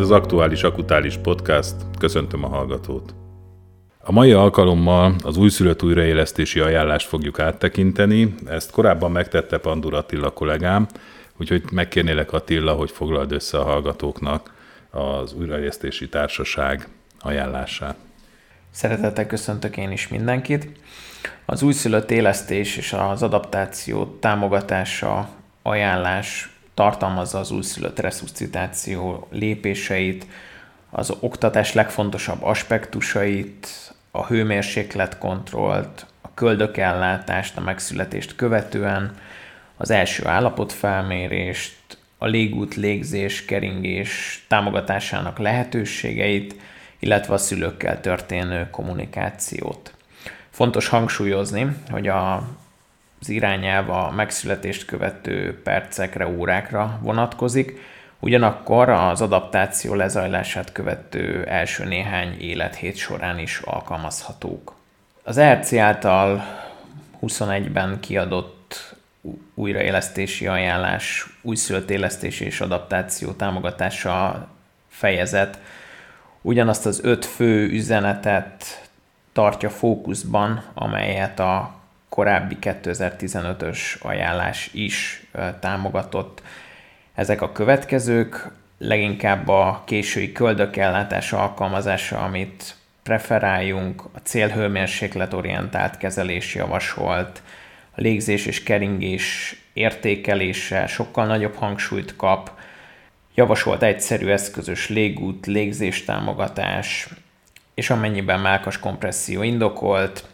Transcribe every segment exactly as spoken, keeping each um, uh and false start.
az Aktuális Akutális Podcast, köszöntöm a hallgatót. A mai alkalommal az újszülött újraélesztési ajánlást fogjuk áttekinteni, ezt korábban megtette Pandur Attila kollégám, úgyhogy megkérnélek Attila, hogy foglald össze a hallgatóknak az újraélesztési társaság ajánlását. Szeretettel köszöntök én is mindenkit. Az újszülött élesztés és az adaptáció támogatása ajánlás tartalmazza az újszülött resuscitáció lépéseit, az oktatás legfontosabb aspektusait, a hőmérsékletkontrollt, a köldökellátást a megszületést követően, az első állapotfelmérést, a légút, légzés, keringés támogatásának lehetőségeit, illetve a szülőkkel történő kommunikációt. Fontos hangsúlyozni, hogy a, az irányelv a megszületést követő percekre, órákra vonatkozik, ugyanakkor az adaptáció lezajlását követő első néhány élethét során is alkalmazhatók. Az e er cé által huszonegyben kiadott újraélesztési ajánlás, újszülött élesztési és adaptáció támogatása fejezet ugyanazt az öt fő üzenetet tartja fókuszban, amelyet a korábbi kétezer-tizenötös ajánlás is támogatott. Ezek a következők, leginkább a késői köldökellátás alkalmazása, amit preferáljunk, a célhőmérsékletorientált kezelés javasolt, a légzés és keringés értékelése sokkal nagyobb hangsúlyt kap, javasolt egyszerű eszközös légút, légzés támogatás, és amennyiben mellkas kompresszió indokolt,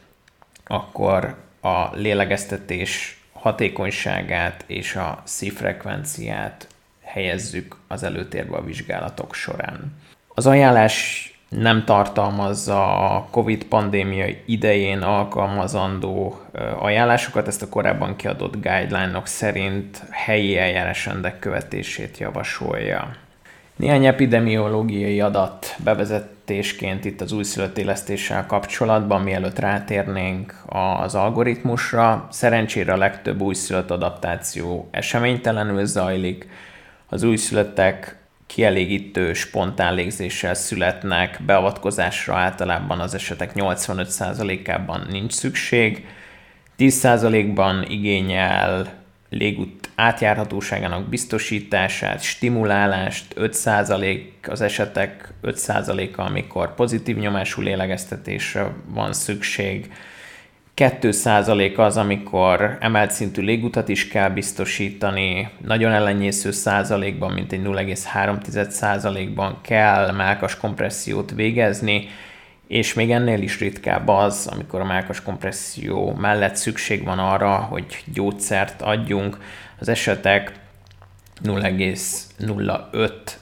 akkor a lélegeztetés hatékonyságát és a szívfrekvenciát helyezzük az előtérbe a vizsgálatok során. Az ajánlás nem tartalmazza a Covid pandémia idején alkalmazandó ajánlásokat, ezt a korábban kiadott guideline-ok szerint helyi eljárásrendek követését javasolja. Néhány epidemiológiai adat bevezetésként itt az újszülött élesztéssel kapcsolatban, mielőtt rátérnénk az algoritmusra. Szerencsére a legtöbb újszülött adaptáció eseménytelenül zajlik. Az újszülöttek kielégítő spontán légzéssel születnek, beavatkozásra általában az esetek nyolcvanöt százalékában nincs szükség, tíz százalékban igényel légút átjárhatóságának biztosítását, stimulálást, öt százalék az esetek öt százaléka, amikor pozitív nyomású lélegeztetésre van szükség, két százalék az, amikor emelt szintű légutat is kell biztosítani, nagyon ellenyésző százalékban, mint egy nulla egész három százalékban kell mellkas kompressziót végezni, és még ennél is ritkább az, amikor a mellkas kompresszió mellett szükség van arra, hogy gyógyszert adjunk, az esetek nulla egész nulla öt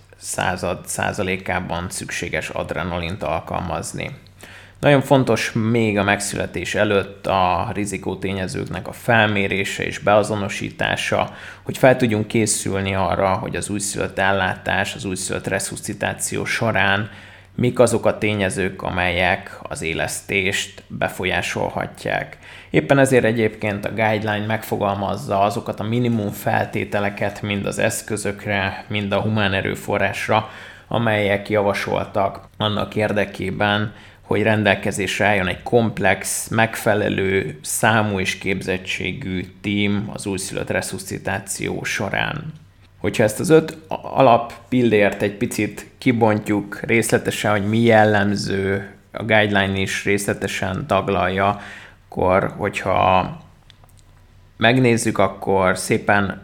százalékában szükséges adrenalint alkalmazni. Nagyon fontos még a megszületés előtt a rizikótényezőknek a felmérése és beazonosítása, hogy fel tudjunk készülni arra, hogy az újszülött ellátás, az újszülött resuscitáció során mik azok a tényezők, amelyek az élesztést befolyásolhatják. Éppen ezért egyébként a guideline megfogalmazza azokat a minimum feltételeket mind az eszközökre, mind a humán erőforrásra, amelyek javasoltak annak érdekében, hogy rendelkezésre álljon egy komplex, megfelelő számú és képzettségű tím az újszülött resuscitáció során. Hogyha ezt az öt alappillért egy picit kibontjuk részletesen, hogy mi jellemző, a guideline is részletesen taglalja, akkor hogyha megnézzük, akkor szépen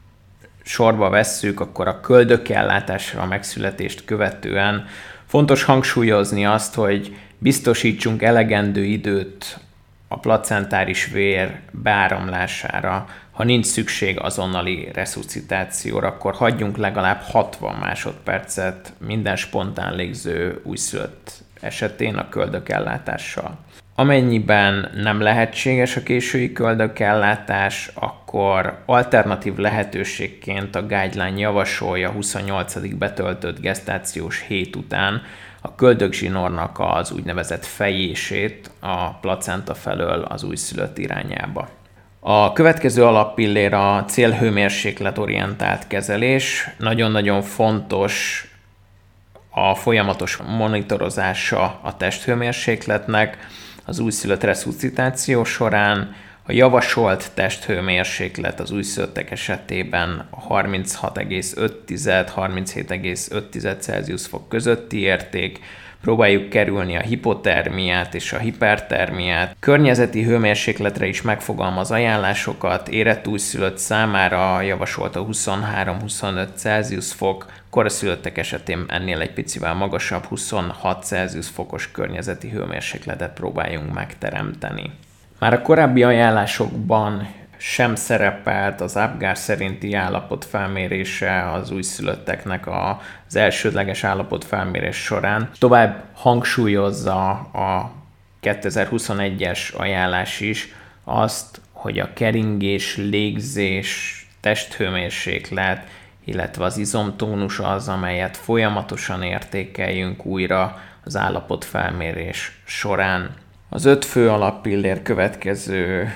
sorba vesszük, akkor a köldökellátásra a megszületést követően fontos hangsúlyozni azt, hogy biztosítsunk elegendő időt a placentáris vér beáramlására. Ha nincs szükség azonnali resuscitációra, akkor hagyjunk legalább hatvan másodpercet minden spontán légző újszülött esetén a köldökellátással. Amennyiben nem lehetséges a késői köldökellátás, akkor alternatív lehetőségként a guideline javasolja huszonnyolcadik betöltött gesztációs hét után a köldökzsinornak az úgynevezett fejését a placenta felől az újszülött irányába. A következő alappillér a célhőmérsékletorientált kezelés. Nagyon-nagyon fontos a folyamatos monitorozása a testhőmérsékletnek az újszülött resuscitáció során. A javasolt testhőmérséklet az újszülöttek esetében harminchat egész öt - harminchét egész öt Celsius fok közötti érték. Próbáljuk kerülni a hipotermiát és a hipertermiát. Környezeti hőmérsékletre is megfogalmaz ajánlásokat. Érett újszülött számára javasolt a huszonhárom - huszonöt Celsius fok, koraszülöttek esetén ennél egy picivel magasabb huszonhat Celsius fokos környezeti hőmérsékletet próbáljunk megteremteni. Már a korábbi ajánlásokban sem szerepelt az Apgar szerinti állapot felmérése az újszülötteknek az elsődleges állapot felmérés során. Tovább hangsúlyozza a kétezer-huszonegyes ajánlás is azt, hogy a keringés, légzés, testhőmérséklet, illetve az izomtónus az, amelyet folyamatosan értékeljünk újra az állapotfelmérés során. Az öt fő alappillér következő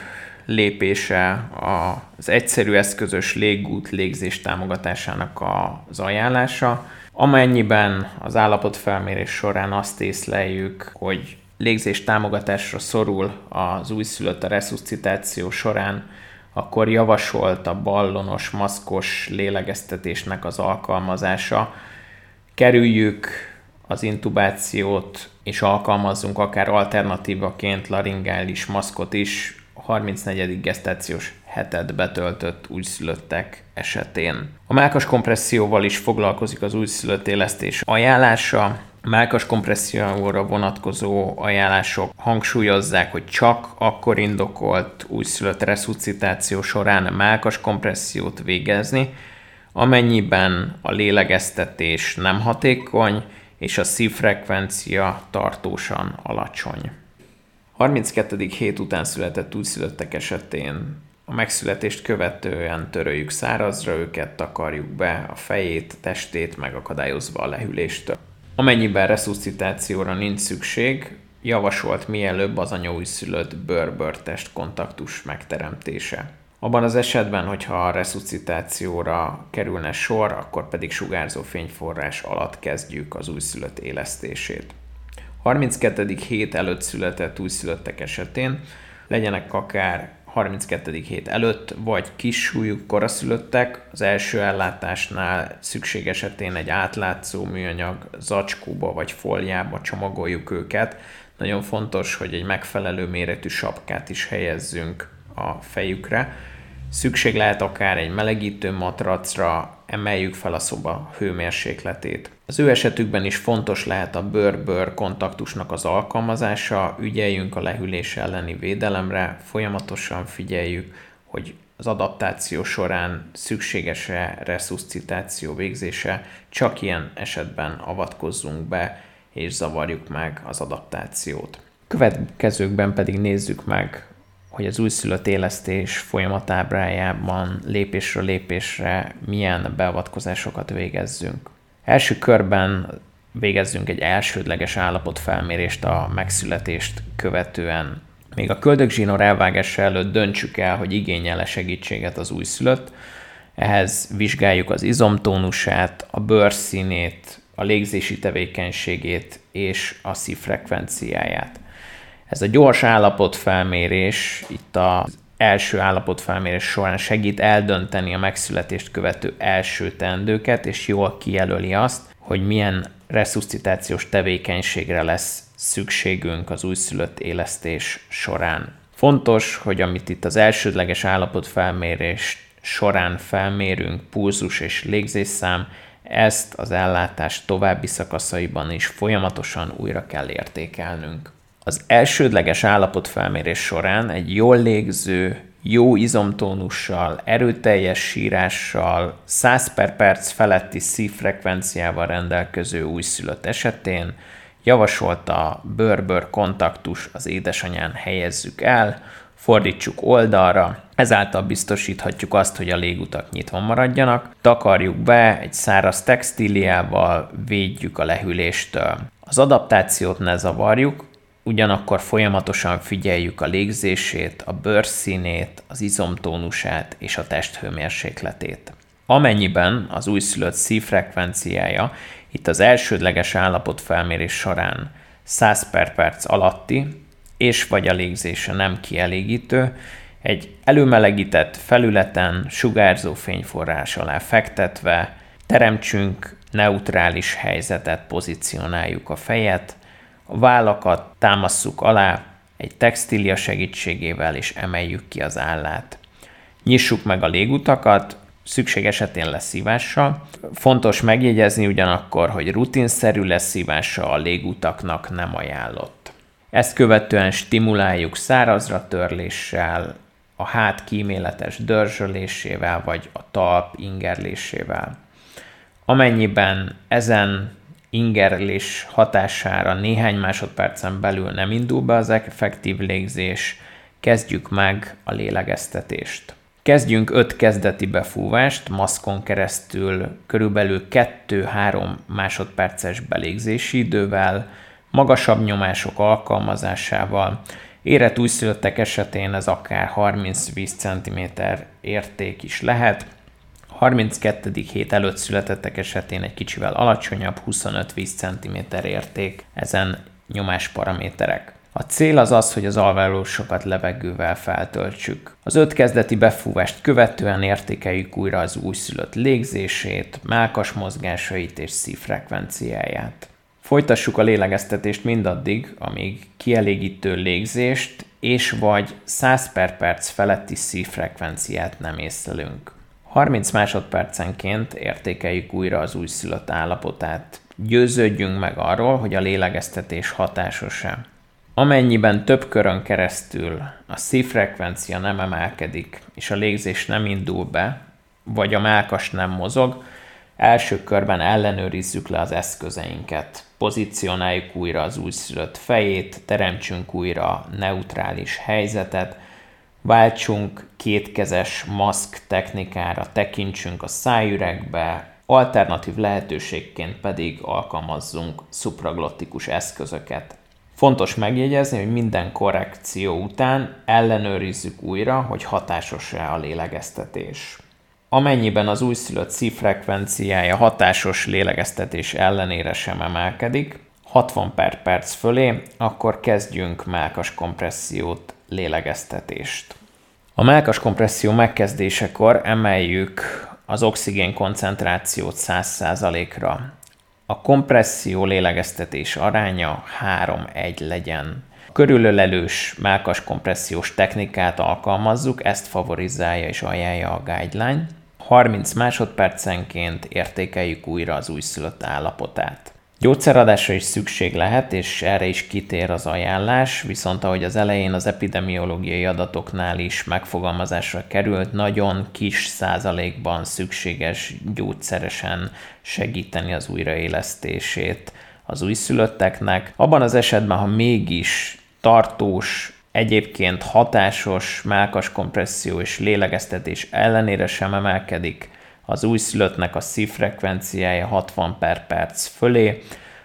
lépése az egyszerű eszközös légút légzés támogatásának az ajánlása. Amennyiben az állapotfelmérés során azt észleljük, hogy légzés támogatásra szorul az újszülött a resuscitáció során, akkor javasolt a ballonos, maszkos lélegeztetésnek az alkalmazása. Kerüljük az intubációt, és alkalmazzunk akár alternatívaként laringális maszkot is harmincnegyedik gesztációs hetet betöltött újszülöttek esetén. A mellkas kompresszióval is foglalkozik az újszülött élesztés ajánlása. A mellkas kompresszióra vonatkozó ajánlások hangsúlyozzák, hogy csak akkor indokolt újszülött resuscitáció során mellkas kompressziót végezni, amennyiben a lélegeztetés nem hatékony, és a szívfrekvencia tartósan alacsony. harminckettedik hét után született újszülöttek esetén a megszületést követően töröljük szárazra őket, takarjuk be a fejét, testét, megakadályozva a lehűléstől. Amennyiben resuscitációra nincs szükség, javasolt mielőbb az anyaújszülött bőr-bőr-test kontaktus megteremtése. Abban az esetben, hogyha a resuscitációra kerülne sor, akkor pedig sugárzó fényforrás alatt kezdjük az újszülött élesztését. harminckettedik hét előtt született újszülöttek esetén legyenek akár harminckettedik hét előtt, vagy kissúlyú koraszülöttek, az első ellátásnál szükség esetén egy átlátszó műanyag zacskóba vagy fóliába csomagoljuk őket. Nagyon fontos, hogy egy megfelelő méretű sapkát is helyezzünk a fejükre. Szükség lehet akár egy melegítő matracra, emeljük fel a szoba hőmérsékletét. Az ő esetükben is fontos lehet a bőr-bőr kontaktusnak az alkalmazása, ügyeljünk a lehűlés elleni védelemre, folyamatosan figyeljük, hogy az adaptáció során szükséges-e resuscitáció végzése, csak ilyen esetben avatkozzunk be és zavarjuk meg az adaptációt. Következőkben pedig nézzük meg, hogy az újszülött élesztés folyamatábrájában lépésről lépésre milyen beavatkozásokat végezzünk. Első körben végezzünk egy elsődleges állapotfelmérést a megszületést követően. Még a köldökzsinór elvágása előtt döntsük el, hogy igényel-e segítséget az újszülött. Ehhez vizsgáljuk az izomtónusát, a bőrszínét, a légzési tevékenységét és a szívfrekvenciáját. Ez a gyors állapotfelmérés itt az első állapotfelmérés során segít eldönteni a megszületést követő első teendőket, és jól kijelöli azt, hogy milyen resuscitációs tevékenységre lesz szükségünk az újszülött élesztés során. Fontos, hogy amit itt az elsődleges állapotfelmérés során felmérünk, pulzus és légzésszám, ezt az ellátás további szakaszaiban is folyamatosan újra kell értékelnünk. Az elsődleges állapotfelmérés során egy jól légző, jó izomtónussal, erőteljes sírással, száz per perc feletti szívfrekvenciával rendelkező újszülött esetén javasolt a bőr-bőr kontaktus az édesanyán helyezzük el, fordítsuk oldalra, ezáltal biztosíthatjuk azt, hogy a légutak nyitva maradjanak, takarjuk be egy száraz textíliával, védjük a lehűléstől. Az adaptációt ne zavarjuk, ugyanakkor folyamatosan figyeljük a légzését, a bőrszínét, az izomtónusát és a testhőmérsékletét. Amennyiben az újszülött szívfrekvenciája itt az elsődleges állapotfelmérés során száz per perc alatti, és vagy a légzése nem kielégítő, egy előmelegített felületen sugárzó fényforrás alá fektetve teremtsünk neutrális helyzetet, pozícionáljuk a fejet, a vállakat támasszuk alá egy textília segítségével, és emeljük ki az állát. Nyissuk meg a légutakat, szükség esetén leszívással. Fontos megjegyezni ugyanakkor, hogy rutinszerű leszívása a légutaknak nem ajánlott. Ezt követően stimuláljuk szárazra törléssel, a hát kíméletes dörzsölésével vagy a talp ingerlésével. Amennyiben ezen ingerlés hatására néhány másodpercen belül nem indul be az effektív légzés, kezdjük meg a lélegeztetést. Kezdjünk öt kezdeti befúvást, maszkon keresztül körülbelül kettő-három másodperces belégzési idővel, magasabb nyomások alkalmazásával. Érett újszülöttek esetén ez akár harminc-húsz centiméter érték is lehet. harminckettedik hét előtt születettek esetén egy kicsivel alacsonyabb, huszonöt-húsz centiméter érték ezen nyomásparaméterek. A cél az az, hogy az alveolusokat levegővel feltöltsük. Az öt kezdeti befúvást követően értékeljük újra az újszülött légzését, mellkas mozgásait és szívfrekvenciáját. Folytassuk a lélegeztetést mindaddig, amíg kielégítő légzést és vagy száz per perc feletti szívfrekvenciát nem észlelünk. harminc másodpercenként értékeljük újra az újszülött állapotát. Győződjünk meg arról, hogy a lélegeztetés hatásos-e. Amennyiben több körön keresztül a szívfrekvencia nem emelkedik, és a légzés nem indul be, vagy a mellkas nem mozog, első körben ellenőrizzük le az eszközeinket. Pozícionáljuk újra az újszülött fejét, teremtsünk újra neutrális helyzetet, váltsunk kétkezes maszk technikára, tekintsünk a szájüregbe, alternatív lehetőségként pedig alkalmazzunk szupraglottikus eszközöket. Fontos megjegyezni, hogy minden korrekció után ellenőrizzük újra, hogy hatásos-e a lélegeztetés. Amennyiben az újszülött szívfrekvenciája hatásos lélegeztetés ellenére sem emelkedik, hatvan per perc fölé, akkor kezdjünk mellkas kompressziót, lélegeztetést. A mellkas kompresszió megkezdésekor emeljük az oxigén koncentrációt száz százalékra. A kompresszió lélegeztetés aránya három egy legyen. A körülölelős mellkas kompressziós technikát alkalmazzuk, ezt favorizálja és ajánlja a guideline. harminc másodpercenként értékeljük újra az újszülött állapotát. Gyógyszeradásra is szükség lehet, és erre is kitér az ajánlás, viszont ahogy az elején az epidemiológiai adatoknál is megfogalmazásra került, nagyon kis százalékban szükséges gyógyszeresen segíteni az újraélesztését az újszülötteknek. Abban az esetben, ha mégis tartós, egyébként hatásos mellkas kompresszió és lélegeztetés ellenére sem emelkedik az újszülöttnek a szívfrekvenciája hatvan per perc fölé,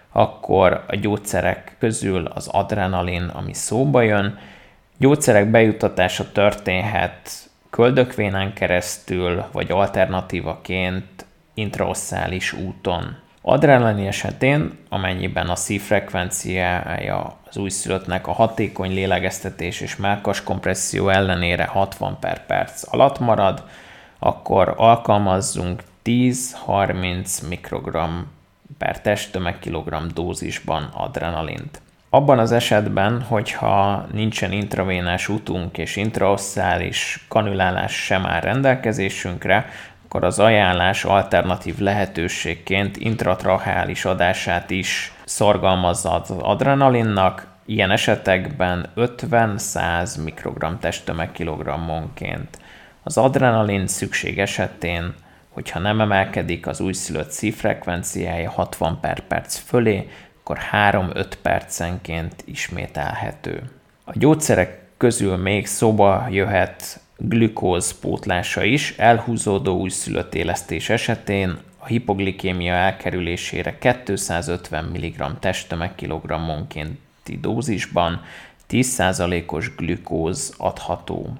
akkor a gyógyszerek közül az adrenalin, ami szóba jön. Gyógyszerek bejuttatása történhet köldökvénán keresztül, vagy alternatívaként intraosszális úton. Adrenalin esetén, amennyiben a szívfrekvenciája az újszülöttnek a hatékony lélegeztetés és mellkas kompresszió ellenére hatvan per perc alatt marad, akkor alkalmazzunk tíz-harminc mikrogramm per testtömegkilogramm dózisban adrenalint. Abban az esetben, hogyha nincsen intravénás utunk és intraosszális kanülálás sem áll rendelkezésünkre, akkor az ajánlás alternatív lehetőségként intratracheális adását is szorgalmazza az adrenalinnak, ilyen esetekben ötven-száz mikrogramm testtömegkilogrammonként. Az adrenalin szükség esetén, hogyha nem emelkedik az újszülött szívfrekvenciája hatvan per perc fölé, akkor három-öt percenként ismételhető. A gyógyszerek közül még szóba jöhet glükóz pótlása is, elhúzódó újszülött élesztés esetén a hipoglikémia elkerülésére kétszázötven milligramm testtömegkilogrammonkénti dózisban tíz százalékos glükóz adható.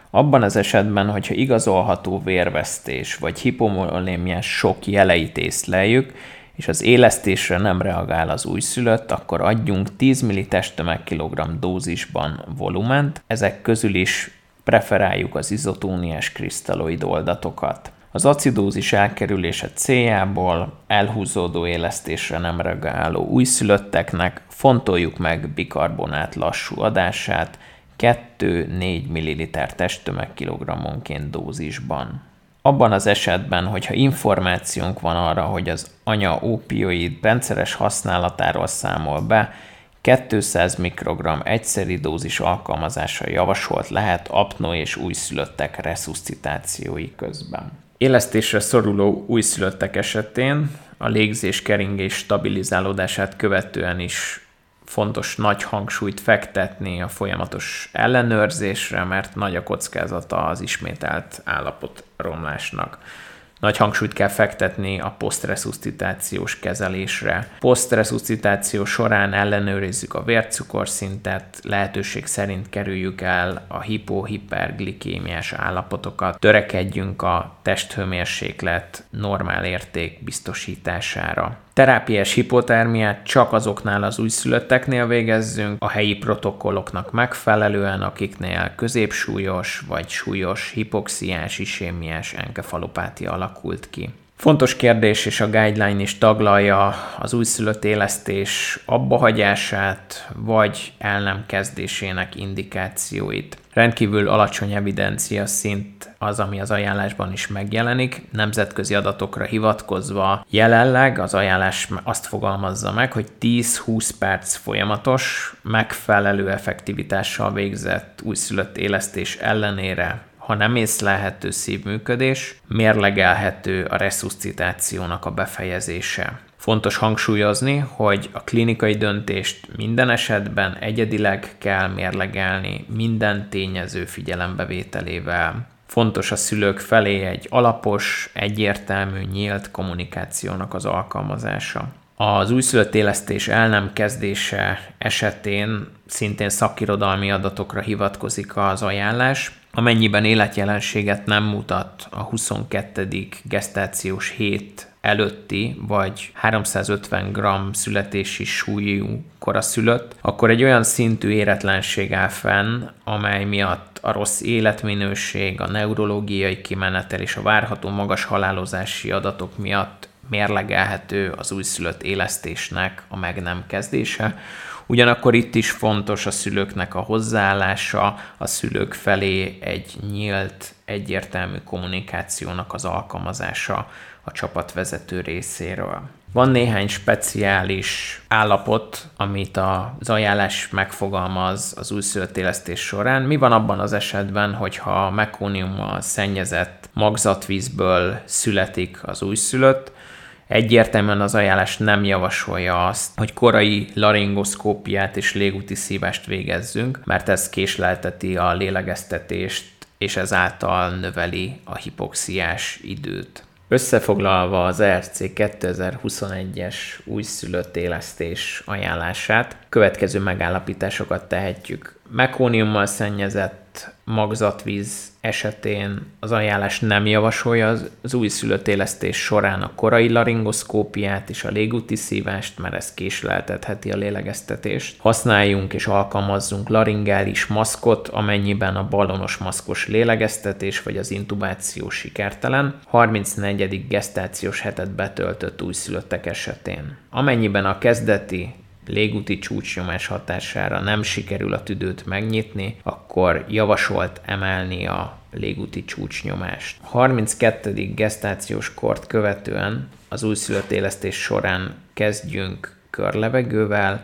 Abban az esetben, hogyha igazolható vérvesztés vagy hipovolémiás sok jeleit észleljük, és az élesztésre nem reagál az újszülött, akkor adjunk tíz milli testtömegkilogramm dózisban volument, ezek közül is preferáljuk az izotóniás krisztaloid oldatokat. Az acidózis elkerülése céljából elhúzódó élesztésre nem reagáló újszülötteknek fontoljuk meg bikarbonát lassú adását kettő-négy milliliter testtömegkilogrammonként dózisban. Abban az esetben, hogyha információnk van arra, hogy az anya opioid rendszeres használatáról számol be, kétszáz mikrogramm egyszeri dózis alkalmazása javasolt lehet apnó és újszülöttek resuscitációi közben. Élesztésre szoruló újszülöttek esetén a légzés-keringés stabilizálódását követően is fontos nagy hangsúlyt fektetni a folyamatos ellenőrzésre, mert nagy a kockázata az ismételt állapotromlásnak. Nagy hangsúlyt kell fektetni a posztresuscitációs kezelésre. Posztresuscitáció során ellenőrizzük a vércukorszintet, lehetőség szerint kerüljük el a hipo-hiperglikémiás állapotokat, törekedjünk a testhőmérséklet normál érték biztosítására. Terápiás hipotermiát csak azoknál az újszülötteknél végezzünk, a helyi protokolloknak megfelelően, akiknél középsúlyos vagy súlyos hipoxiás, isémiás enkefalopátia alakult ki. Fontos kérdés, és a guideline is taglalja az újszülött élesztés abbahagyását, vagy el nem kezdésének indikációit. Rendkívül alacsony evidencia szint az, ami az ajánlásban is megjelenik. Nemzetközi adatokra hivatkozva jelenleg az ajánlás azt fogalmazza meg, hogy tíz-húsz perc folyamatos, megfelelő effektivitással végzett újszülött élesztés ellenére, ha nem észlelhető szívműködés, mérlegelhető a resuscitációnak a befejezése. Fontos hangsúlyozni, hogy a klinikai döntést minden esetben egyedileg kell mérlegelni, minden tényező figyelembevételével. Fontos a szülők felé egy alapos, egyértelmű, nyílt kommunikációnak az alkalmazása. Az újszülött élesztés el nem kezdése esetén szintén szakirodalmi adatokra hivatkozik az ajánlás, amennyiben életjelenséget nem mutat a huszonkettedik gesztációs hét előtti vagy háromszázötven gramm születési súlyú koraszülött, akkor egy olyan szintű éretlenség áll fenn, amely miatt a rossz életminőség, a neurológiai kimenetel és a várható magas halálozási adatok miatt mérlegelhető az újszülött élesztésnek a meg nem kezdése. Ugyanakkor itt is fontos a szülőknek a hozzáállása, a szülők felé egy nyílt, egyértelmű kommunikációnak az alkalmazása a csapatvezető részéről. Van néhány speciális állapot, amit az ajánlás megfogalmaz az újszülött élesztés során. Mi van abban az esetben, hogyha mekóniummal szennyezett magzatvízből születik az újszülött? Egyértelműen az ajánlás nem javasolja azt, hogy korai laringoszkópiát és légúti szívást végezzünk, mert ez késlelteti a lélegeztetést, és ezáltal növeli a hipoxiás időt. Összefoglalva az E R C kétezer-huszonegyes újszülött élesztés ajánlását, következő megállapításokat tehetjük. Mekóniummal szennyezett magzatvíz esetén az ajánlás nem javasolja az, az újszülött élesztés során a korai laringoszkópiát és a légúti szívást, mert ez késleltetheti a lélegeztetést. Használjunk és alkalmazzunk laringális maszkot, amennyiben a ballonos maszkos lélegeztetés vagy az intubáció sikertelen, harmincnegyedik gesztációs hetet betöltött újszülöttek esetén. Amennyiben a kezdeti légúti csúcsnyomás hatására nem sikerül a tüdőt megnyitni, akkor javasolt emelni a légúti csúcsnyomást. harminckettedik gesztációs kort követően az újszülött élesztés során kezdjünk körlevegővel,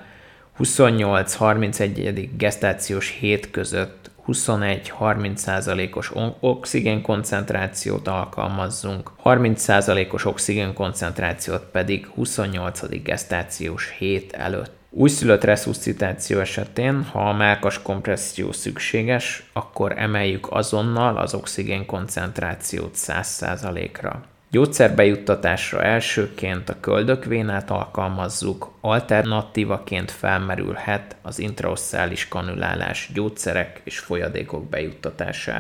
huszonnyolc-harmincegyedik gesztációs hét között huszonegy-harminc százalékos oxigénkoncentrációt alkalmazzunk, harminc százalékos oxigénkoncentrációt pedig huszonnyolcadik gesztációs hét előtt. Újszülött resuscitáció esetén, ha a mellkas kompresszió szükséges, akkor emeljük azonnal az oxigénkoncentrációt száz százalékra. Gyógyszerbejuttatásra elsőként a köldökvénát alkalmazzuk, alternatívaként felmerülhet az intraosszális kanülálás gyógyszerek és folyadékok bejuttatására.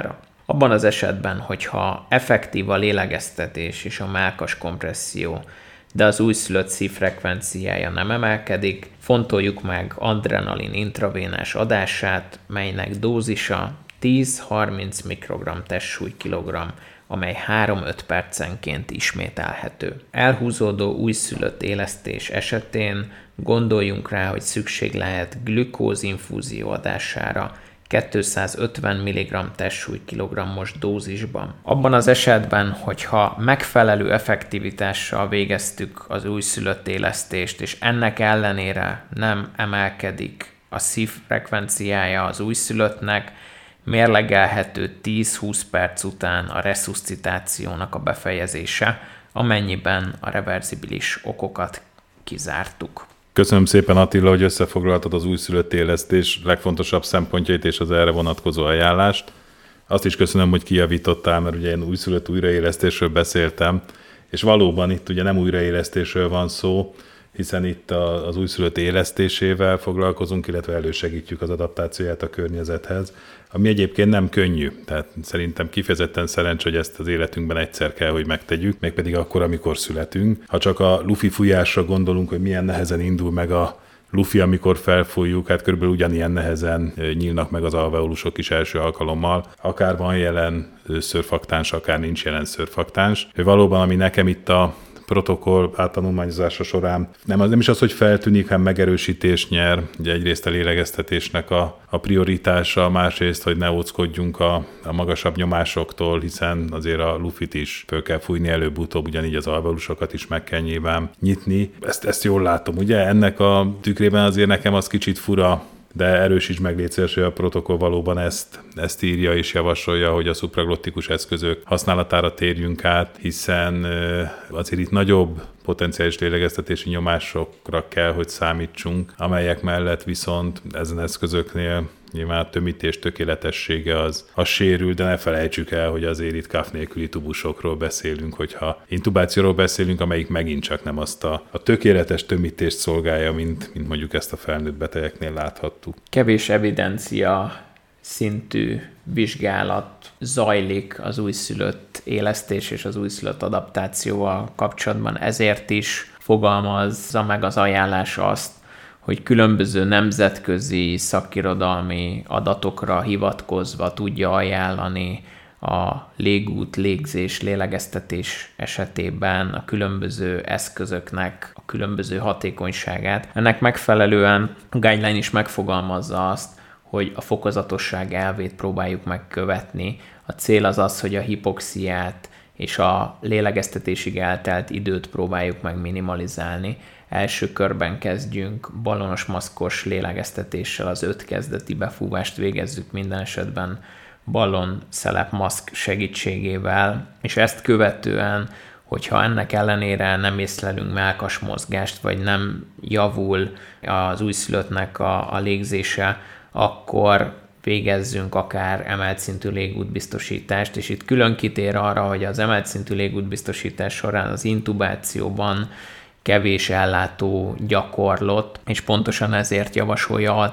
Abban az esetben, hogyha effektív a lélegeztetés és a mellkas kompresszió, de az újszülött szívfrekvenciája nem emelkedik, fontoljuk meg adrenalin intravénás adását, melynek dózisa tíz-harminc mikrogramm testsúly-kilogramm, amely három-öt percenként ismételhető. Elhúzódó újszülött élesztés esetén gondoljunk rá, hogy szükség lehet glükózinfúzió adására kétszázötven milligramm testsúly-kilogrammos dózisban. Abban az esetben, hogyha megfelelő effektivitással végeztük az újszülött élesztést, és ennek ellenére nem emelkedik a szívfrekvenciája az újszülöttnek, mérlegelhető tíz-húsz perc után a resuscitációnak a befejezése, amennyiben a reverzibilis okokat kizártuk. Köszönöm szépen, Attila, hogy összefoglaltad az újszülött élesztés legfontosabb szempontjait és az erre vonatkozó ajánlást. Azt is köszönöm, hogy kijavítottál, mert ugye én újszülött újraélesztésről beszéltem, és valóban itt ugye nem újraélesztésről van szó, hiszen itt az újszülött élesztésével foglalkozunk, illetve elősegítjük az adaptációját a környezethez, ami egyébként nem könnyű. Tehát szerintem kifejezetten szerencs, hogy ezt az életünkben egyszer kell, hogy megtegyük, mégpedig akkor, amikor születünk. Ha csak a lufi fújásra gondolunk, hogy milyen nehezen indul meg a lufi, amikor felfújjuk, hát körülbelül ugyanilyen nehezen nyílnak meg az alveolusok is első alkalommal. Akár van jelen szörfaktáns, akár nincs jelen szörfaktáns. Valóban, ami nekem itt a protokoll áttanulmányozása során nem, az, nem is az, hogy feltűnik, hanem megerősítés nyer. Ugye egyrészt a lélegeztetésnek a, a prioritása, másrészt, hogy ne óckodjunk a, a magasabb nyomásoktól, hiszen azért a lufit is föl kell fújni előbb-utóbb, ugyanígy az alveolusokat is meg kell nyilván nyitni. Ezt, ezt jól látom, ugye? Ennek a tükrében azért nekem az kicsit fura, de erősíts meg légy szíves, hogy a protokoll valóban ezt, ezt írja és javasolja, hogy a szupraglottikus eszközök használatára térjünk át, hiszen azért itt nagyobb potenciális lélegeztetési nyomásokra kell, hogy számítsunk, amelyek mellett viszont ezen eszközöknél nyilván a tömítés tökéletessége az, az sérül, de ne felejtsük el, hogy azért itt ká ef nélküli tubusokról beszélünk, hogyha intubációról beszélünk, amelyik megint csak nem azt a, a tökéletes tömítést szolgálja, mint, mint mondjuk ezt a felnőtt betegeknél láthattuk. Kevés evidencia szintű vizsgálat zajlik az újszülött élesztés és az újszülött adaptációval kapcsolatban, ezért is fogalmazza meg az ajánlás azt, hogy különböző nemzetközi szakirodalmi adatokra hivatkozva tudja ajánlani a légút, légzés, lélegeztetés esetében a különböző eszközöknek a különböző hatékonyságát. Ennek megfelelően a guideline is megfogalmazza azt, hogy a fokozatosság elvét próbáljuk megkövetni. A cél az az, hogy a hipoxiát és a lélegeztetésig eltelt időt próbáljuk meg minimalizálni. Első körben kezdjünk ballonos maszkos lélegeztetéssel, az öt kezdeti befúvást végezzük minden esetben ballon szelep maszk segítségével, és ezt követően, hogyha ennek ellenére nem észlelünk mellkas mozgást, vagy nem javul az újszülöttnek a, a légzése, akkor végezzünk akár emelt szintű légútbiztosítást, és itt külön kitér arra, hogy az emelt szintű légútbiztosítás során az intubációban kevés ellátó gyakorlott, és pontosan ezért javasolja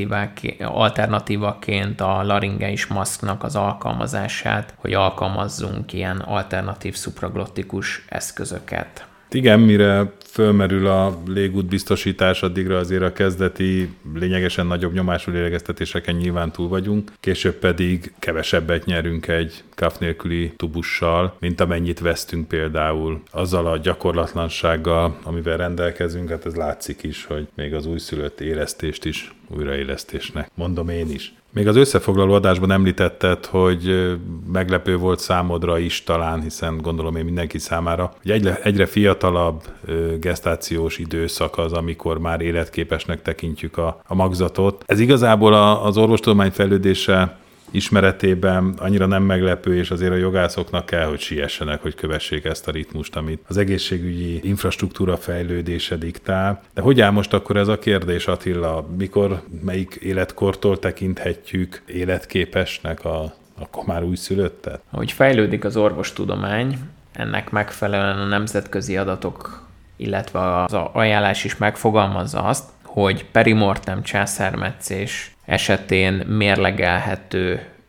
alternatívaként a laringeis maszknak az alkalmazását, hogy alkalmazzunk ilyen alternatív szupraglottikus eszközöket. Igen, mire fölmerül a légút biztosítás, addigra azért a kezdeti, lényegesen nagyobb nyomású lélegeztetéseken nyilván túl vagyunk, később pedig kevesebbet nyerünk egy ká ef nélküli tubussal, mint amennyit vesztünk például azzal a gyakorlatlansággal, amivel rendelkezünk, hát ez látszik is, hogy még az újszülött élesztést is újraélesztésnek mondom én is. Még az összefoglaló adásban említetted, hogy meglepő volt számodra is talán, hiszen gondolom én mindenki számára, hogy egyre, egyre fiatalabb gesztációs időszak az, amikor már életképesnek tekintjük a, a magzatot. Ez igazából a, az orvostudomány fejlődése ismeretében annyira nem meglepő, és azért a jogászoknak kell, hogy siessenek, hogy kövessék ezt a ritmust, amit az egészségügyi infrastruktúra fejlődése diktál. De hogy áll most akkor ez a kérdés, Attila? Mikor, melyik életkortól tekinthetjük életképesnek a, akkor már újszülöttet? Ahogy fejlődik az orvostudomány, ennek megfelelően a nemzetközi adatok, illetve az ajánlás is megfogalmazza azt, hogy perimortem császármetszés esetén mérlegelhető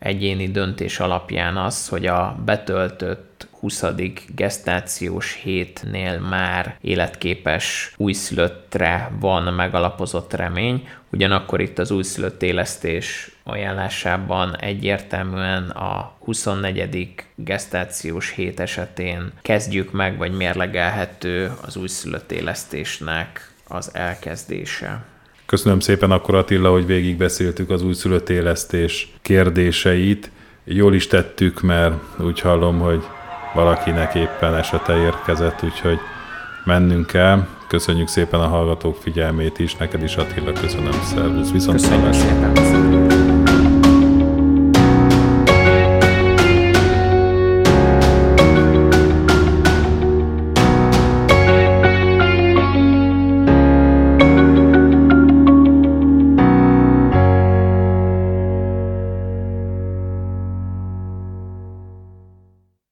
egyéni döntés alapján az, hogy a betöltött huszadik gesztációs hétnél már életképes újszülöttre van megalapozott remény, ugyanakkor itt az újszülött élesztés ajánlásában egyértelműen a huszonnegyedik gesztációs hét esetén kezdjük meg, vagy mérlegelhető az újszülött élesztésnek az elkezdése. Köszönöm szépen akkor Attila, hogy végigbeszéltük az újszülött élesztés kérdéseit. Jól is tettük, mert úgy hallom, hogy valakinek éppen esete érkezett, úgyhogy mennünk kell. Köszönjük szépen a hallgatók figyelmét is, neked is Attila, köszönöm, szervusz, viszont Köszönjük szépen.